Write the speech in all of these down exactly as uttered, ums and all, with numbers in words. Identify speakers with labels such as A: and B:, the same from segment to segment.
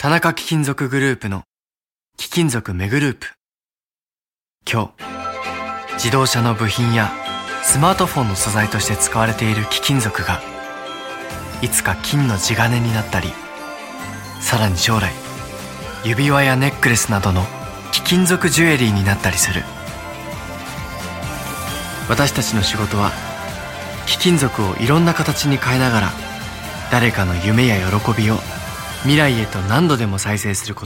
A: 田中貴金属グループの貴金属メグループ。今日、自動車の部品やスマートフォンの素材として使われている貴金属がいつか金の地金になったり、さらに将来指輪やネックレスなどの貴金属ジュエリーになったりする。私たちの仕事は貴金属をいろんな形に変えながら誰かの夢や喜びを未来へと何度でも再生すること。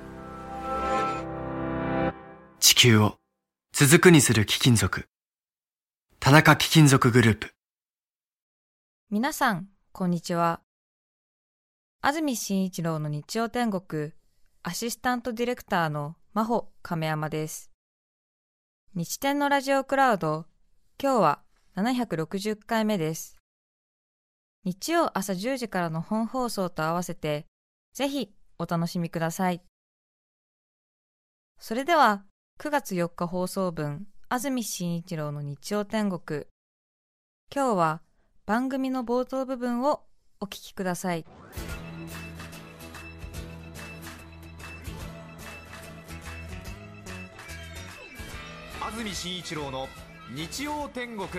A: 地球を続くにする貴金属。田中貴金属グループ。
B: 皆さんこんにちは。安住紳一郎の日曜天国アシスタントディレクターの真帆亀山です。日天のラジオクラウド、今日はななひゃくろくじゅっかいめです。日曜朝じゅうじからの本放送と合わせてぜひお楽しみください。それではくがつよっか放送分、安住紳一郎の日曜天国。今日は番組の冒頭部分をお聞きください。
C: 安住紳一郎の日曜天国。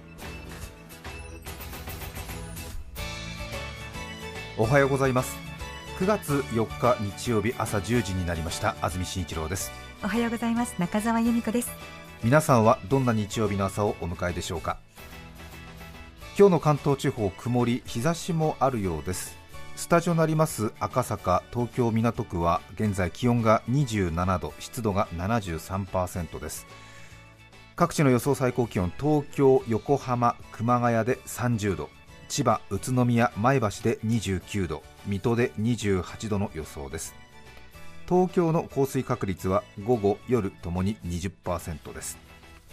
C: おはようございます。くがつよっか日曜日朝じゅうじになりました。安住紳一郎です。
D: おはようございます。中澤由美子です。
C: 皆さんはどんな日曜日の朝をお迎えでしょうか。今日の関東地方、曇り、日差しもあるようです。スタジオになります赤坂、東京港区は現在気温がにじゅうななど、湿度が ななじゅうさんパーセント です。各地の予想最高気温、東京、横浜、熊谷でさんじゅうど、千葉、宇都宮、前橋でにじゅうきゅうど、水戸でにじゅうはちどの予想です。東京の降水確率は午後、夜ともに にじゅっパーセント です。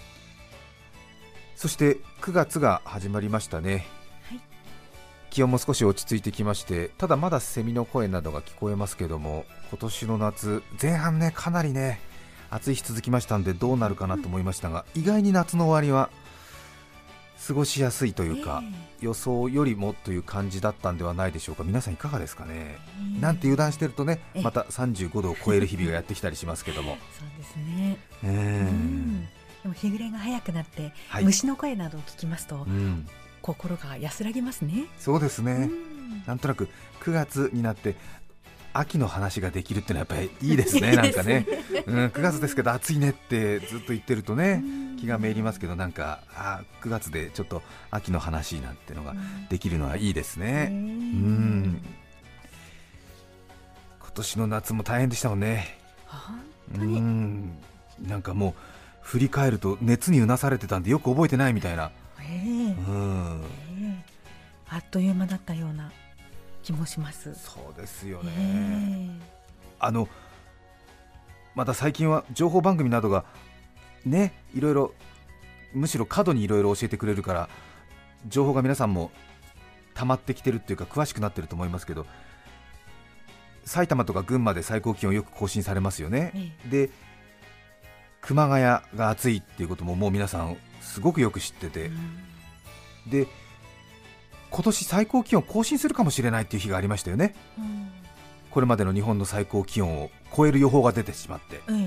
C: そしてくがつが始まりましたね、はい、気温も少し落ち着いてきまして、ただまだセミの声などが聞こえますけども、今年の夏前半ね、かなりね暑い日続きましたんで、どうなるかなと思いましたが、意外に夏の終わりは過ごしやすいというか、えー、予想よりもという感じだったんではないでしょうか。皆さんいかがですかね、えー、なんて油断してるとね、またさんじゅうごどを超える日々がやってきたりしますけども
D: そうですね、
C: えー、
D: うんでも日暮れが早くなって、はい、虫の声などを聞きますと、うん、心が安らぎますね。
C: そうですね、うん、なんとなくくがつになって秋の話ができるってのはやっぱりいいですね。なんかね、うん、くがつですけど暑いねってずっと言ってるとね、気がめいりますけど、なんかあくがつでちょっと秋の話なんてのができるのはいいですね。うん、今年の夏も大変でしたもんね。
D: 本当に、
C: うん、なんかもう振り返ると熱にうなされてたんでよく覚えてないみたいな、
D: えーうんえー、あっという間だったような気もします。
C: そうですよね、
D: えー、
C: あのまた最近は情報番組などがね、いろいろむしろ過度にいろいろ教えてくれるから、情報が皆さんも溜まってきてるっていうか詳しくなってると思いますけど、埼玉とか群馬で最高気温よく更新されますよね、えー、で熊谷が暑いっていうことももう皆さんすごくよく知ってて、うん、で今年最高気温更新するかもしれないっていう日がありましたよね、うん、これまでの日本の最高気温を超える予報が出てしまって、うん、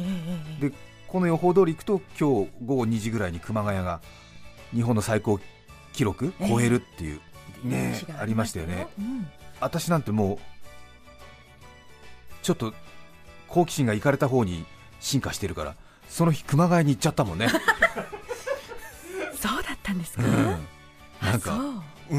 C: でこの予報通りいくと今日午後にじぐらいに熊谷が日本の最高記録超えるっていう、えーね、ありましたよね、うん、私なんてもうちょっと好奇心がいかれた方に進化してるから、その日熊谷に行っちゃったもんね。
D: そうだったんですか、
C: うん、なんかう、うん、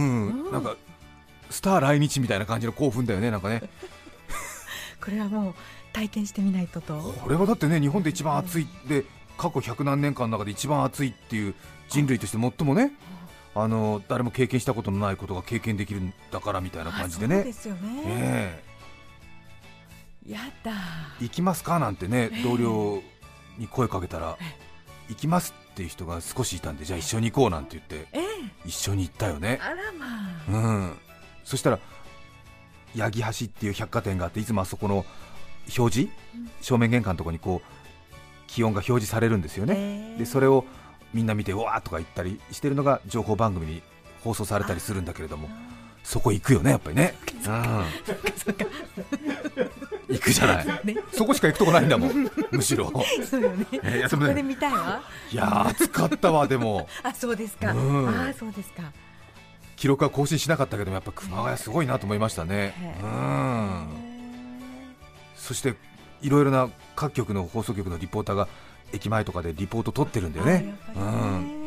C: なんかスター来日みたいな感じの興奮だよね、なんかね。
D: これはもう体験してみないとと。
C: これはだってね、日本で一番暑いで、過去ひゃくなんねんかんの中で一番暑いっていう、人類として最もね、あの誰も経験したことのないことが経験できるんだからみたいな感じでね。
D: そうですよね、
C: え
D: ー、やだ
C: 行きますかなんてね、同僚に声かけたら、行きますっていう人が少しいたんで、じゃあ一緒に行こうなんて言って、
D: えー、
C: 一緒に行ったよね。
D: あらまあ、
C: うん、そしたら八木橋っていう百貨店があって、いつもあそこの表示、うん、正面玄関のところにこう気温が表示されるんですよね、えー、でそれをみんな見てわーとか言ったりしてるのが情報番組に放送されたりするんだけれども、そこ行くよねやっぱりね。うん行くじゃない、
D: ね、
C: そこしか行くとこないんだもんむしろ
D: そうよね、えー、そこで見たいわ。
C: いやー暑かったわ。でも
D: あ、そうですか、
C: うん、
D: あ、そうですか。
C: 記録は更新しなかったけどやっぱ熊谷すごいなと思いましたね。うん、そしていろいろな各局の放送局のリポーターが駅前とかでリポート取ってるんだよね。うん、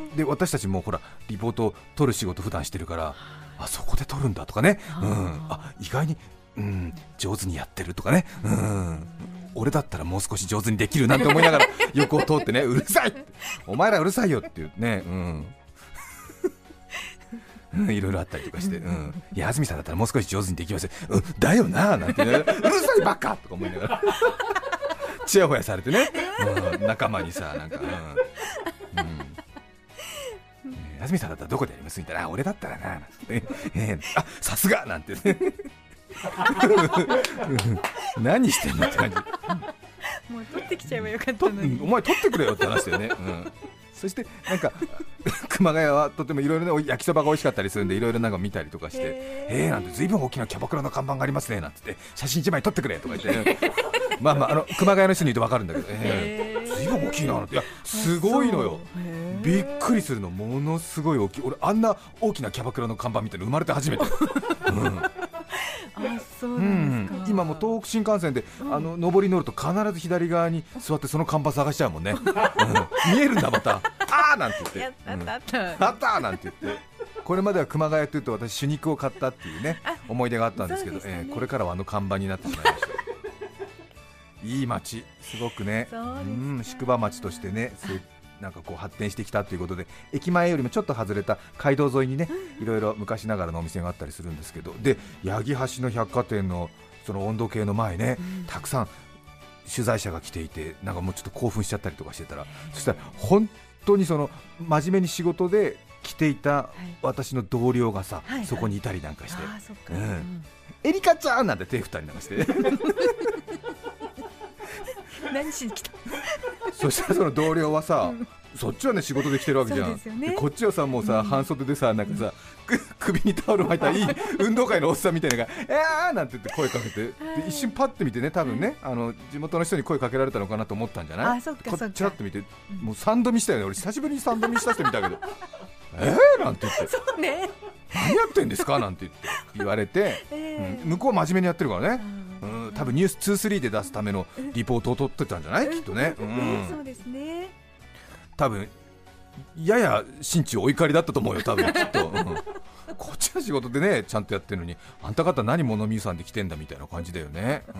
C: で私たちもほらリポート取る仕事普段してるから、あそこで取るんだとかね、うん、あ意外に、うん、上手にやってるとかね、うん、俺だったらもう少し上手にできるなんて思いながら横を通ってね、うるさいお前らうるさいよっていうね、うん、いろいろあったりとかして、うん、いや安住さんだったらもう少し上手にできますよ、うん、だよななんて、ね、うるさいばっかとか思いながらちやほやされてね、うん、仲間にさなんか、うんうん、安住さんだったらどこでやりますみたいな、俺だったらななんて、ねえー、あさすがなんてね何してんのって感じ。
D: もう取ってきちゃえばよかったのに、
C: お前取ってくれよって話だよね、うん、そしてなんか熊谷はとてもいろいろ焼きそばが美味しかったりするんでいろいろなんか見たりとかして、えーなんて随分大きなキャバクラの看板がありますねなんて言って写真いちまい撮ってくれとか言って、ね、まあまああの熊谷の人に言うと分かるんだけど、えー、随分大きいななんて、いやすごいのよ、びっくりするの、ものすごい大きい。俺あんな大きなキャバクラの看板見たの生まれて初めて、うん
D: あ、そうなんですか、
C: うん、今も東北新幹線で、うん、あの上り乗ると必ず左側に座ってその看板探しちゃうもんね、うん、見えるんだまたあーなんて言って、
D: やったあったあった、うん、
C: あったーなんて言って、これまでは熊谷というと私手肉を買ったっていうね思い出があったんですけど、ねえー、これからはあの看板になってしまいましたいい街すごくね、うん、宿場町としてねなんかこう発展してきたということで、駅前よりもちょっと外れた街道沿いにねいろいろ昔ながらのお店があったりするんですけど、で八木橋の百貨店のその温度計の前ね、うん、たくさん取材者が来ていて、なんかもうちょっと興奮しちゃったりとかしてたら、そしたら本当にその真面目に仕事で来ていた私の同僚がさ、はい、そこにいたりなんかして、はいはい、うんうん、エリカちゃんなんて手振ったりなんかして
D: 何しに来た
C: そしたらその同僚はさ、うん、そっちはね仕事で来てるわけじゃん、ね、こっちはさもうさ、うん、半袖でさなんかさ、うん、首にタオル巻いたいい運動会のおっさんみたいなのがえーなんて言って声かけて、で一瞬パッて見てね、多分ねあの地元の人に声かけられたのかなと思ったんじゃない。
D: あ、そっかそっか、
C: チラッと見てもう三度見したよね、俺久しぶりに三度見した人見たけどえーなんて言って、
D: そうね、
C: 何やってんですかなんて言って言われて、えーうん、向こうは真面目にやってるからね、うん、多分ニュースにじゅうさんで出すためのリポートを取ってたんじゃない、きっとね、うん、
D: そうですね、
C: 多分やや心中お怒りだったと思うよ多分きっと、うん、こっちは仕事でねちゃんとやってるのに、あんた方何物見さんで来てんだみたいな感じだよね、うん、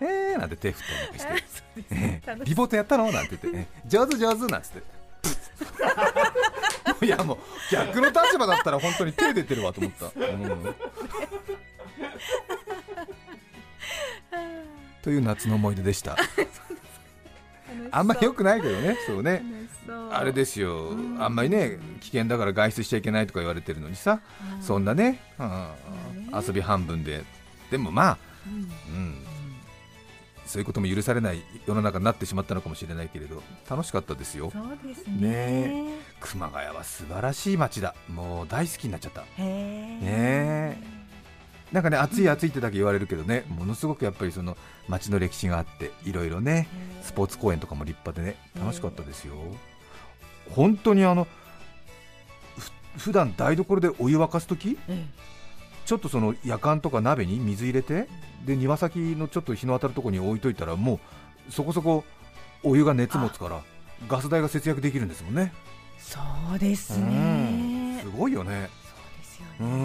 C: えーなんて手振ったりなんかして、ね、リポートやったのなんて言って、ね、上手上手なんつっていやもう逆の立場だったら本当に手出てるわと思った、うん、という夏の思い出でしたあんまり良くないけどね、そうね、あれですよ、うん、あんまりね危険だから外出しちゃいけないとか言われてるのにさ、うん、そんなね、うん、遊び半分で、でもまあ、うんうん、そういうことも許されない世の中になってしまったのかもしれないけれど楽しかったですよ。
D: そうですね。
C: ね、熊谷は素晴らしい街だ、もう大好きになっちゃった。
D: へ
C: ね、なんかね暑い暑いってだけ言われるけどね、ものすごくやっぱりその街の歴史があっていろいろね、スポーツ公園とかも立派でね楽しかったですよ。本当にあの普段台所でお湯沸かすとき、ちょっとそのやかんとか鍋に水入れて、で庭先のちょっと日の当たるところに置いといたらもうそこそこお湯が熱持つからガス代が節約できるんですもんね。
D: そうですね、
C: すごいよね。
D: そうですよね、
C: うん、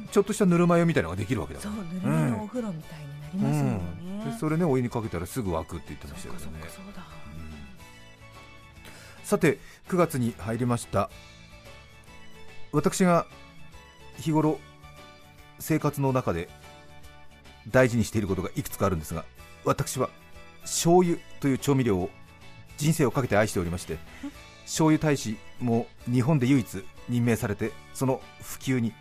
C: ちょっとしたぬるま湯みたいなのができるわけだから。
D: そう、ぬるま湯のお風呂みたいになりますもんね、
C: うん、でそれねお湯にかけたらすぐ沸くって言ってましたけどね。
D: そうかそうかそうだ、うん、
C: さてくがつに入りました。私が日頃生活の中で大事にしていることがいくつかあるんですが、私は醤油という調味料を人生をかけて愛しておりまして、醤油大使も日本で唯一任命されて、その普及に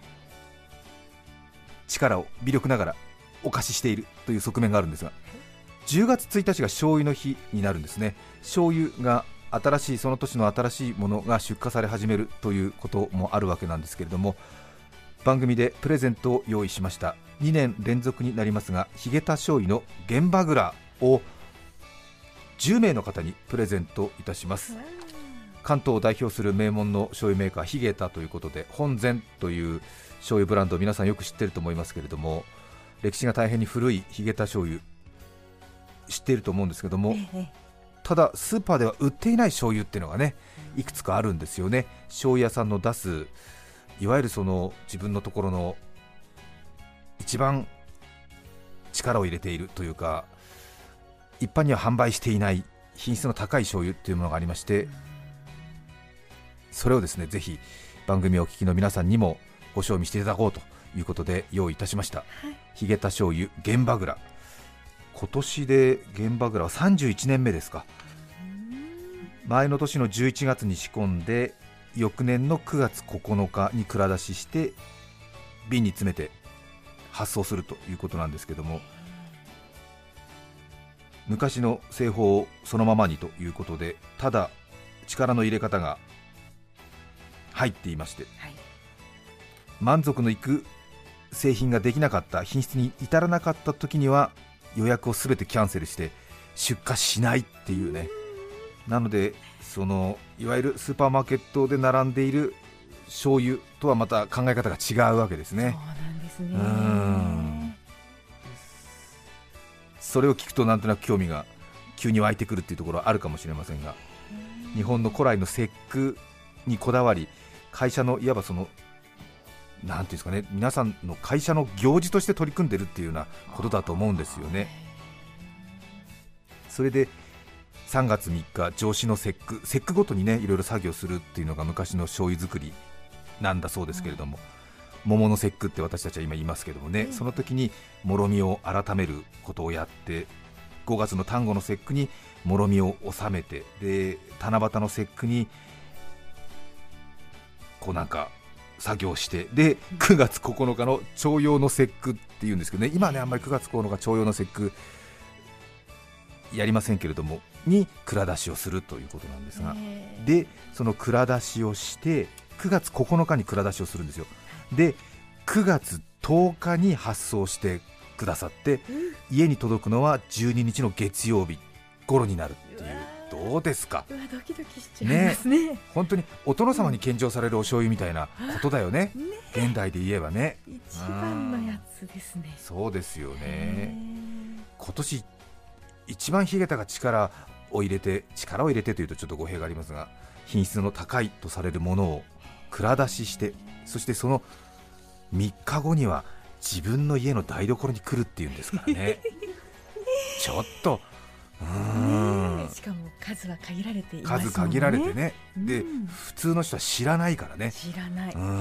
C: 力を微力ながらお貸ししているという側面があるんですが、じゅうがつついたちが醤油の日になるんですね。醤油が新しいその年の新しいものが出荷され始めるということもあるわけなんですけれども、 番組でプレゼントを用意しました。にねん連続になりますが、ヒゲタ醤油の原バグラをじゅうめいの方にプレゼントいたします。関東を代表する名門の醤油メーカーヒゲタということで、本膳という醤油ブランドを皆さんよく知っていると思いますけれども、歴史が大変に古いヒゲタ醤油知っていると思うんですけども、ええ、ただスーパーでは売っていない醤油っていうのがね、いくつかあるんですよね。醤油屋さんの出すいわゆるその自分のところの一番力を入れているというか、一般には販売していない品質の高い醤油っていうものがありまして、それをですねぜひ番組をお聞きの皆さんにもご賞味していただこうということで用意いたしました。ヒゲタ醤油原バグラ、今年で原バグラはさんじゅういちねんめですか。前の年のじゅういちがつに仕込んで、翌年のくがつここのかに蔵出しして瓶に詰めて発送するということなんですけども、昔の製法をそのままにということで、ただ力の入れ方が入っていまして、はい、満足のいく製品ができなかった、品質に至らなかった時には予約をすべてキャンセルして出荷しないっていうね。なのでそのいわゆるスーパーマーケットで並んでいる醤油とはまた考え方が違うわけですね。
D: そうなんですね。
C: うーん、それを聞くとなんとなく興味が急に湧いてくるっていうところはあるかもしれませんが、日本の古来の節句にこだわり、会社のいわばそのなんていうんですかね、皆さんの会社の行事として取り組んでるっていうようなことだと思うんですよね。それでさんがつみっか、上司の節句、節句ごとにねいろいろ作業するっていうのが昔の醤油作りなんだそうですけれども、うん、桃の節句って私たちは今言いますけどもね、うん、その時にもろみを改めることをやって、ごがつの端午の節句にもろみを収めて、で七夕の節句にこうなんか作業して、でくがつここのかの重陽の節句っていうんですけどね、今ねあんまりくがつここのか重陽の節句やりませんけれどもに蔵出しをするということなんですが、でその蔵出しをしてくがつここのかに蔵出しをするんですよ。でくがつとおかに発送してくださって、家に届くのはじゅうににちの月曜日頃になるっていう。どうですか。
D: うわドキドキしちゃいますね。
C: ね、本当にお殿様に献上されるお醤油みたいなことだよね、ね、現代で言えばね。
D: 一番のやつですね。
C: そうですよね。今年一番ヒゲタが力を入れて、力を入れてというとちょっと語弊がありますが、品質の高いとされるものを蔵出しして、そしてそのみっかごには自分の家の台所に来るっていうんですからねちょっとうーん、
D: しかも数は限られていますもんね。
C: 数限られてね、で、うん、普通の人は知らないからね。
D: 知らない。
C: うん、うん、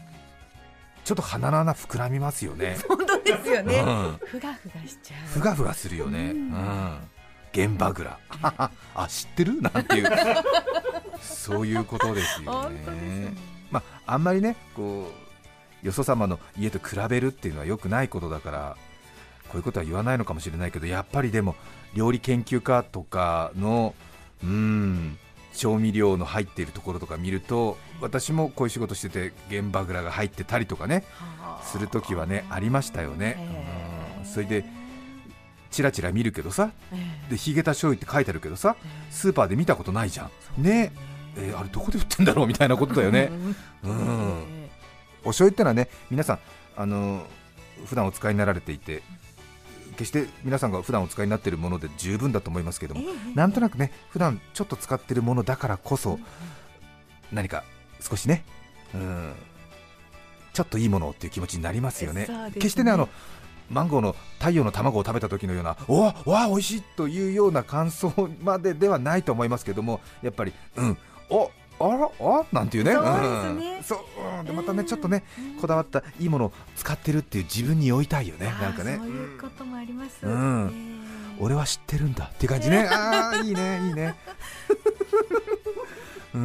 C: ちょっと鼻の穴膨らみますよね。
D: 本当ですよね、うん、
C: ふ
D: がふがしちゃう。
C: ふがふがするよね。うん、うん、原バグラあ、知ってるなんていうそういうことですよ ね, ね、まあ、あんまりねこうよそ様の家と比べるっていうのは良くないことだから、こういうことは言わないのかもしれないけど、やっぱりでも料理研究家とかのうーん調味料の入っているところとか見ると、私もこういう仕事してて原バグラが入ってたりとかねするときはねありましたよね。うん、それでチラチラ見るけどさ、でヒゲタ醤油って書いてあるけどさ、スーパーで見たことないじゃんね。えー、あれどこで売ってんだろうみたいなことだよね。うん、お醤油ってのはね、皆さんあの普段お使いになられていて、決して皆さんが普段お使いになっているもので十分だと思いますけども、えー、なんとなくね普段ちょっと使っているものだからこそ、うん、何か少しね、うん、ちょっといいものっていう気持ちになりますよね。ね、決してねあのマンゴーの太陽の卵を食べた時のようなおわわ美味しいというような感想までではないと思いますけども、やっぱりうんおあらあなんていうね、
D: そうですね、
C: うん、そう、うん、でまたねちょっとねこだわったいいものを使ってるっていう自分に酔いたいよね。なんかね
D: そういうこともあります、
C: うん、えー、俺は知ってるんだっていう感じね。あーいいねいいねうん、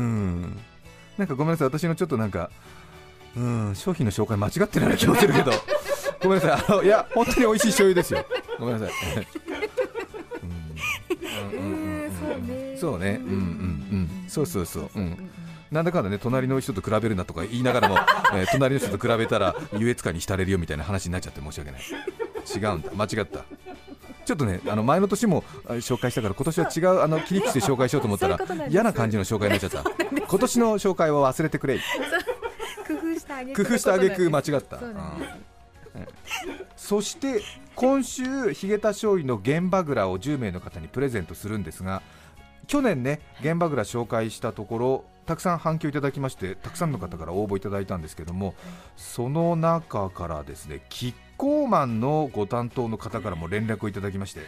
C: なんかごめんなさい、私のちょっとなんかうん商品の紹介間違ってるような気もするけどごめんなさい、あのいや本当に美味しい醤油ですよ。ごめんなさいそうね、うんうんうん、そうね、うんうんうん、そうそうそう、うん、 なんだかんだね隣の人と比べるなとか言いながらも、えー、隣の人と比べたら優越感に浸れるよみたいな話になっちゃって申し訳ない。違うんだ、間違った。ちょっとねあの前の年も紹介したから今年は違うあの切り口で紹介しようと思ったら嫌な感じの紹介になっちゃった。今年の紹介は忘れてくれ。
D: 工夫したあげく
C: 工夫したあげく間違った。そ, そして今週ヒゲタ醤油の玄羽蔵をじゅうめいの方にプレゼントするんですが、去年ね玄羽蔵紹介したところたくさん反響いただきまして、たくさんの方から応募いただいたんですけども、その中からですねキッコーマンのご担当の方からも連絡をいただきまして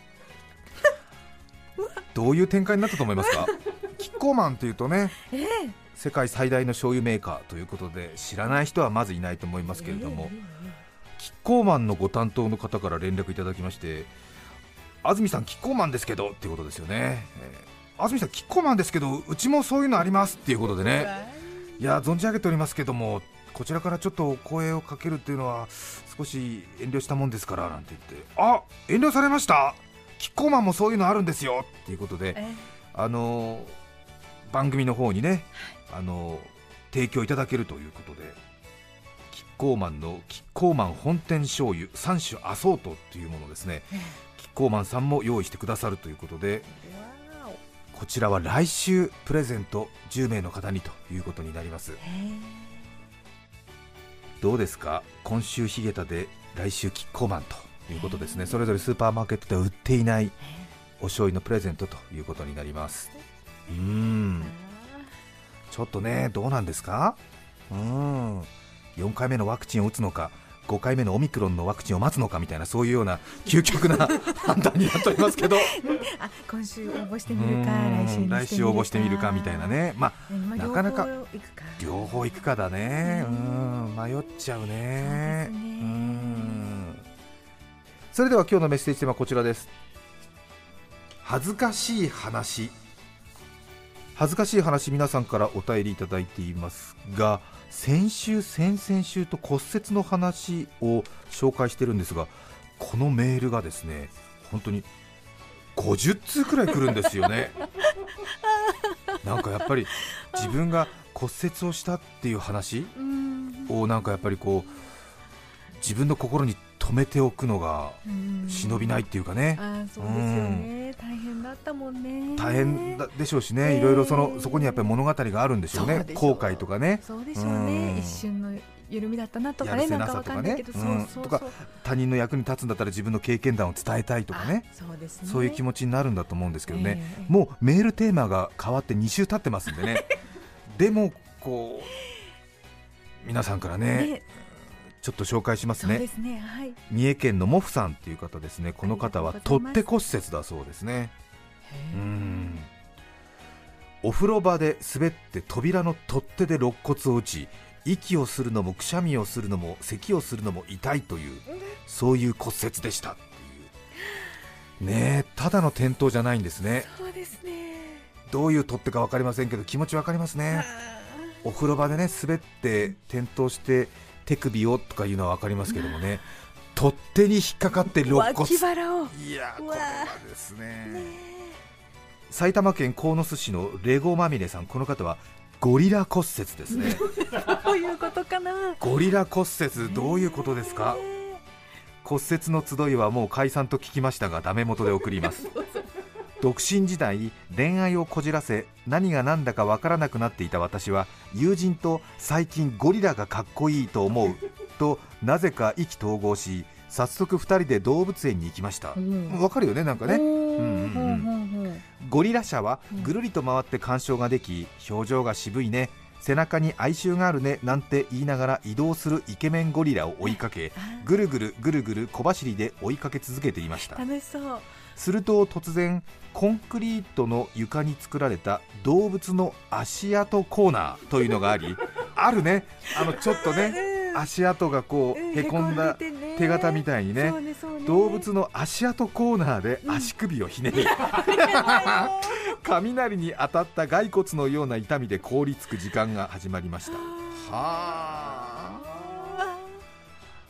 C: どういう展開になったと思いますか？キッコーマンというとね、えー、世界最大の醤油メーカーということで知らない人はまずいないと思いますけれども、えー、キッコーマンのご担当の方から連絡いただきまして、安住さんキッコーマンですけどっていうことですよね、えー、安住さんキッコーマンですけどうちもそういうのありますっていうことでね、いや存じ上げておりますけどもこちらからちょっとお声をかけるっていうのは少し遠慮したもんですからなんて言って、あ、遠慮されました、キッコーマンもそういうのあるんですよっていうことで、あの番組の方にね、あの提供いただけるということで、キッコーマンのキッコーマン本店醤油さん種アソートというものですね、キッコーマンさんも用意してくださるということで、こちらは来週プレゼントじゅうめいの方にということになります。どうですか、今週ヒゲタで来週キッコーマンということですね。それぞれスーパーマーケットでは売っていないお醤油のプレゼントということになります。うーんちょっとねどうなんですか、うーんよんかいめのワクチンを打つのかごかいめのオミクロンのワクチンを待つのかみたいな、そういうような究極な判断になっておりますけど
D: あ今週応募してみるか来週にしてみるか
C: 来週応募してみるかみたいなね、まあ、まあ、なかなか両方行くかだね、うん迷っちゃう ね, うねうんそれでは今日のメッセージテーマはこちらです。恥ずかしい話。恥ずかしい話、皆さんからお便りいただいていますが、先週先々週と骨折の話を紹介してるんですが、このメールがですね本当にごじゅっつうくらい来るんですよねなんかやっぱり自分が骨折をしたっていう話をなんかやっぱりこう自分の心に止めておくのが忍びないっていうかね、
D: あそうですよね、大変だったもんね。
C: 大変でしょうしね、いろいろ そのそこにやっぱり物語があるんでしょうね、後悔とかね。
D: そうでしょうね、一瞬の緩みだったなとかね、なんかわかんないけど、そうそうそう
C: とか他人の役に立つんだったら自分の経験談を伝えたいとかね、
D: そうですね、
C: そういう気持ちになるんだと思うんですけどね、
D: えー、
C: もうメールテーマが変わってに週経ってますんでねでもこう皆さんからね、ねちょっと紹介します ね,
D: そうですね、はい、
C: 三重県のモフさんっていう方ですね。この方は取っ手骨折だそうですね。うーんお風呂場で滑って扉の取っ手で肋骨を打ち、息をするのもくしゃみをするのも咳をするのも痛いという、そういう骨折でしたっていうね。えただの転倒じゃないんですね。
D: そうですね、
C: どういう取っ手か分かりませんけど気持ち分かりますね。お風呂場でね滑って転倒して手首をとかいうのは分かりますけどもね、取っ手に引っかかって肋骨、
D: 脇腹を、
C: いやこれはですね、ね埼玉県鴻巣市のレゴまみれさん、この方はゴリラ骨折ですね
D: どういうことかな。
C: ゴリラ骨折どういうことですか。骨折の集いはもう解散と聞きましたがダメ元で送ります独身時代恋愛をこじらせ何が何だかわからなくなっていた私は、友人と最近ゴリラがかっこいいと思うとなぜか意気投合し、早速ふたりで動物園に行きました。わ、うん、かるよねなんかね、うんうんうん、ゴリラ車はぐるりと回って鑑賞ができ、表情が渋いね、背中に哀愁があるねなんて言いながら移動するイケメンゴリラを追いかけ、ぐるぐるぐるぐる小走りで追いかけ続けていました。
D: 楽しそう。
C: すると突然コンクリートの床に作られた動物の足跡コーナーというのがありあるね、あのちょっとね足跡がこうへこんだ手形みたいにね、動物の足跡コーナーで足首をひねり、うん、雷に当たった骸骨のような痛みで凍りつく時間が始まりました。はあ、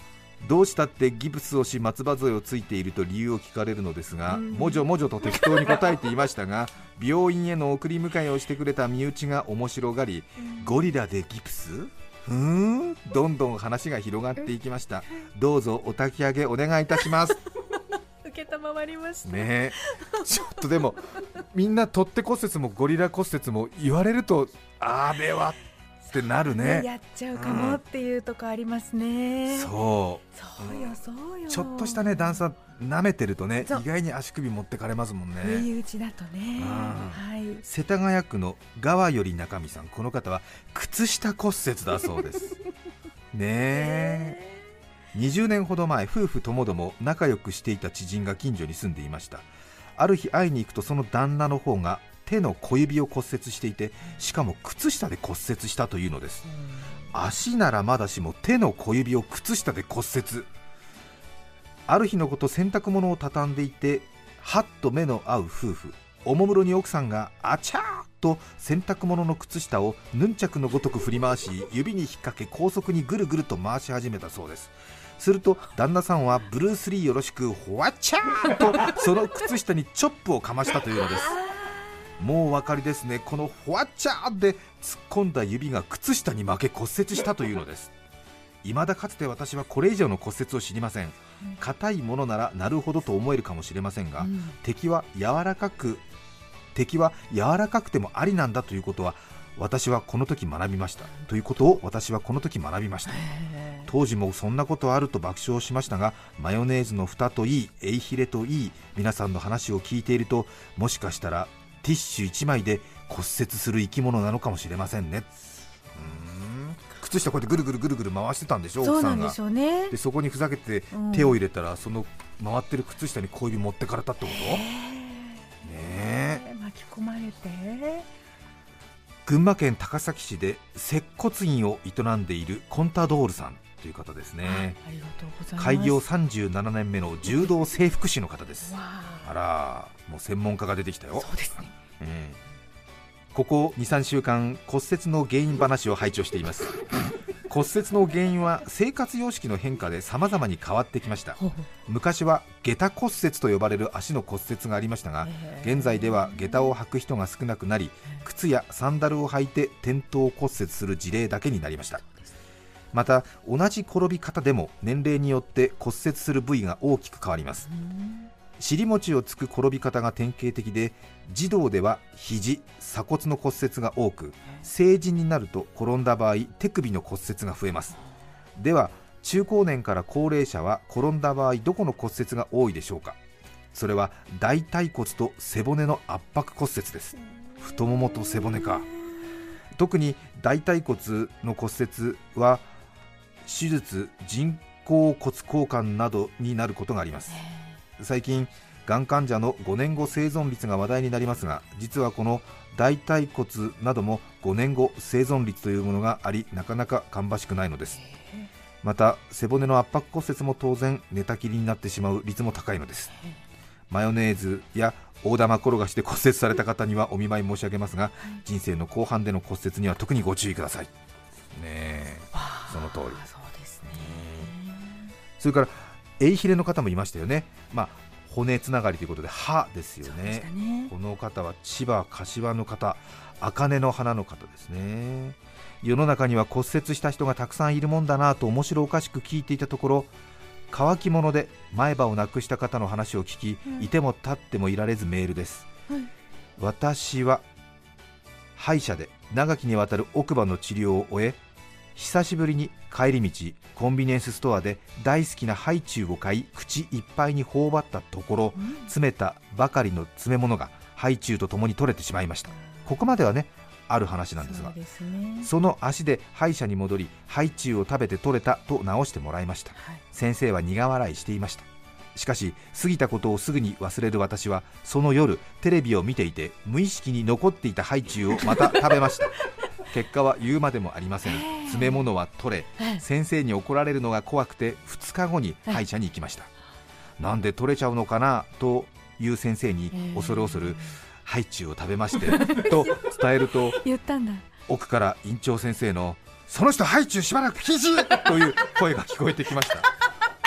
C: どうしたってギプスをし松葉杖をついていると理由を聞かれるのですが、もじょもじょと適当に答えていましたが、病院への送り迎えをしてくれた身内が面白がり、ゴリラでギプス？ふーん、どんどん話が広がっていきました。どうぞお焚き上げお願いいたします。
D: 受けたまわりました
C: ね。ちょっとでもみんな取っ手骨折もゴリラ骨折も言われるとあれはってなるね。
D: やっちゃうかもっていうとこありますね、うん、
C: そう
D: そうよそうよ。
C: ちょっとしたね段差舐めてるとね、意外に足首持ってかれますもんね。
D: 不意打ちだとね、はい、
C: 世田谷区の川より中身さん、この方は靴下骨折だそうですねえ。にじゅうねんほど前、夫婦ともども仲良くしていた知人が近所に住んでいました。ある日会いに行くと、その旦那の方が手の小指を骨折していて、しかも靴下で骨折したというのです。足ならまだしも手の小指を靴下で骨折。ある日のこと、洗濯物を畳んでいてはっと目の合う夫婦。おもむろに奥さんがあちゃーと洗濯物の靴下をヌンチャクのごとく振り回し、指に引っ掛け高速にぐるぐると回し始めたそうです。すると旦那さんはブルース・リーよろしくホワッチャーとその靴下にチョップをかましたというのです。もうお分かりですね。このホワッチャーで突っ込んだ指が靴下に負け骨折したというのです。未だかつて私はこれ以上の骨折を知りません。硬いものならなるほどと思えるかもしれませんが、うん、敵は柔らかく敵は柔らかくてもありなんだということは私はこの時学びましたということを私はこの時学びました。当時もそんなことあると爆笑しましたが、マヨネーズの蓋といいエイヒレといい、皆さんの話を聞いていると、もしかしたらティッシュいちまいで骨折する生き物なのかもしれませんね。うーん、靴下こうやってぐるぐるぐるぐる回してたんでしょ、奥さんが。
D: そうなんでしょうね。
C: でそこにふざけて手を入れたら、うん、その回ってる靴下に小指持ってかれたってこと、ねえ、
D: 巻き込まれて。
C: 群馬県高崎市で接骨院を営んでいるコンタドールさんという方ですね。
D: ありがとうございます。
C: 開業さんじゅうななねんめの柔道整復師の方です。あら、もう専門家が出てきたよ。
D: そうですね、
C: うん、ここ にさんしゅうかん骨折の原因話を拝聴しています。骨折の原因は生活様式の変化で様々に変わってきました。昔は下駄骨折と呼ばれる足の骨折がありましたが、現在では下駄を履く人が少なくなり、靴やサンダルを履いて転倒骨折する事例だけになりました。また同じ転び方でも年齢によって骨折する部位が大きく変わります。尻餅をつく転び方が典型的で、児童では肘、鎖骨の骨折が多く、成人になると転んだ場合手首の骨折が増えます。では中高年から高齢者は転んだ場合どこの骨折が多いでしょうか。それは大腿骨と背骨の圧迫骨折です。太ももと背骨か。特に大腿骨の骨折は手術、人工骨交換などになることがあります。最近がん患者のごねんご生存率が話題になりますが、実はこの大腿骨などもごねんご生存率というものがあり、なかなか芳しくないのです。また背骨の圧迫骨折も当然寝たきりになってしまう率も高いのです。マヨネーズや大玉転がしで骨折された方にはお見舞い申し上げますが、人生の後半での骨折には特にご注意くださいね。えその通り。
D: そうですね。
C: それからエイヒレの方もいましたよね。まあ、骨つながりということで歯ですよ ね, ねこの方は千葉柏の方、茜の花の方ですね。世の中には骨折した人がたくさんいるもんだなと面白おかしく聞いていたところ、乾き物で前歯をなくした方の話を聞き、うん、いても立ってもいられずメールです、うん、私は歯医者で長きにわたる奥歯の治療を終え、久しぶりに帰り道コンビニエンスストアで大好きなハイチュウを買い、口いっぱいに頬張ったところ、うん、詰めたばかりの詰め物がハイチュウとともに取れてしまいました。ここまではねある話なんですが、 そうですね、その足で歯医者に戻りハイチュウを食べて取れたと直してもらいました、はい、先生は苦笑いしていました。しかし過ぎたことをすぐに忘れる私は、その夜テレビを見ていて無意識に残っていたハイチュウをまた食べました。結果は言うまでもありません。詰め物は取れ、先生に怒られるのが怖くてふつかごに歯医者に行きました。なんで取れちゃうのかなという先生に恐る恐るハイチュウを食べましてと伝えると、
D: 言ったんだ。
C: 奥から院長先生のその人ハイチュウしばらく禁止という声が聞こえてきました。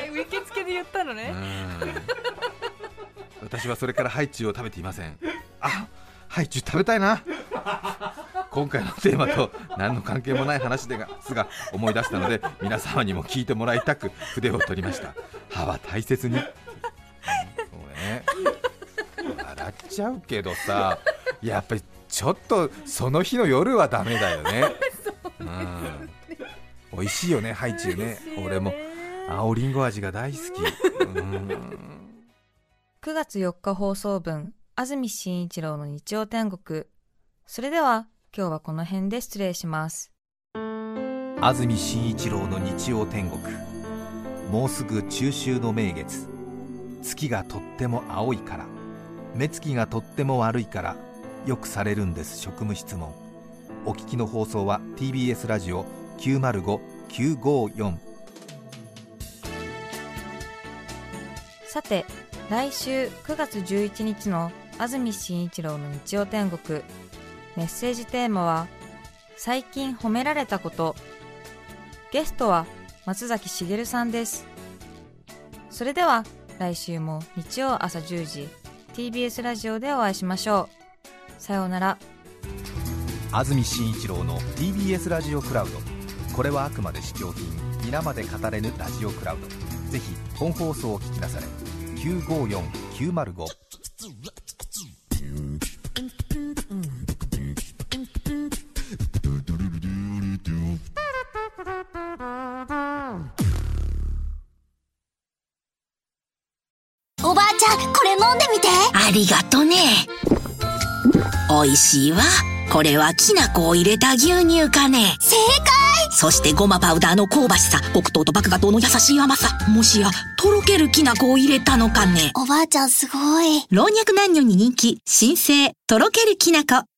B: 受付で言ったのね。
C: 私はそれからハイチュウを食べていません。あ、ハイチュウ食べたいな。今回のテーマと何の関係もない話ですが思い出したので、皆様にも聞いてもらいたく筆を取りました。歯は大切に。そうね、笑っちゃうけどさ、やっぱりちょっとその日の夜はダメだよね。うん、美味しいよね、ハイチュウね。俺も青りんご味が大好き。うん、
B: くがつよっか放送分、安住紳一郎の日曜天国。それでは今日はこの辺で失礼します。
C: 安住紳一郎の日曜天国。もうすぐ中秋の名月。月がとっても青いから、目つきがとっても悪いからよくされるんです、職務質問。お聞きの放送は ティービーエス ラジオ きゅうまるご きゅうごよん。
B: さて、来週くがつじゅういちにちの安住紳一郎の日曜天国、メッセージテーマは最近褒められたこと。ゲストは松崎しげるさんです。それでは来週も日曜朝じゅうじ ティービーエス ラジオでお会いしましょう。さようなら。
C: 安住紳一郎の ティービーエス ラジオクラウド。これはあくまで試供品、皆まで語れぬラジオクラウド。ぜひ本放送を聞きなされ。きゅうごよん きゅうまるご。
E: おばあちゃん、これ飲んでみて。
F: ありがとね。おいしいわ。これはきな粉を入れた牛乳かね。
E: 正解。
F: そしてごまパウダーの香ばしさ、黒糖と麦芽糖の優しい甘さ、もしやとろけるきな粉を入れたのかね。
E: おばあちゃんすごい。
F: 老若男女に人気、新生とろけるきな粉。